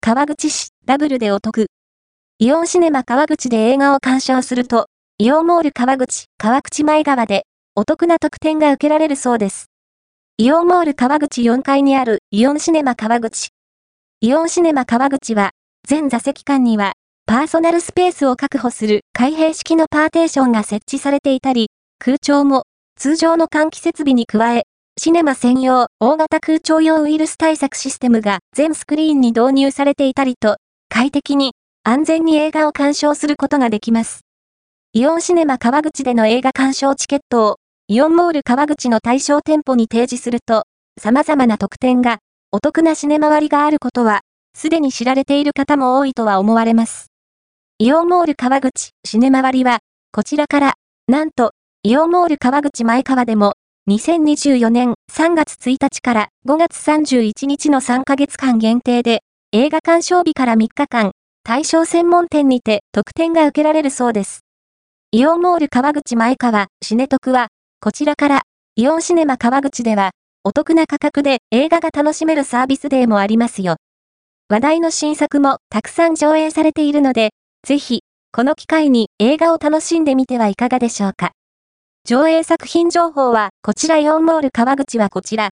川口市、ダブルでお得。イオンシネマ川口で映画を鑑賞すると、イオンモール川口、川口前川で、お得な特典が受けられるそうです。イオンモール川口4階にあるイオンシネマ川口。イオンシネマ川口は、全座席間には、パーソナルスペースを確保する開閉式のパーテーションが設置されていたり、空調も通常の換気設備に加え、シネマ専用大型空調用ウイルス対策システムが全スクリーンに導入されていたりと、快適に安全に映画を鑑賞することができます。イオンシネマ川口での映画鑑賞チケットをイオンモール川口の対象店舗に提示すると、様々な特典がお得なシネマ割があることは、すでに知られている方も多いとは思われます。イオンモール川口シネマ割は、こちらから、なんと、イオンモール川口前川でも、2024年3月1日から5月31日の3ヶ月間限定で、映画鑑賞日から3日間、対象専門店にて特典が受けられるそうです。イオンモール川口前川シネ特は、こちらから、イオンシネマ川口では、お得な価格で映画が楽しめるサービスデーもありますよ。話題の新作もたくさん上映されているので、ぜひ、この機会に映画を楽しんでみてはいかがでしょうか。上映作品情報は、こちらイオンモール川口はこちら。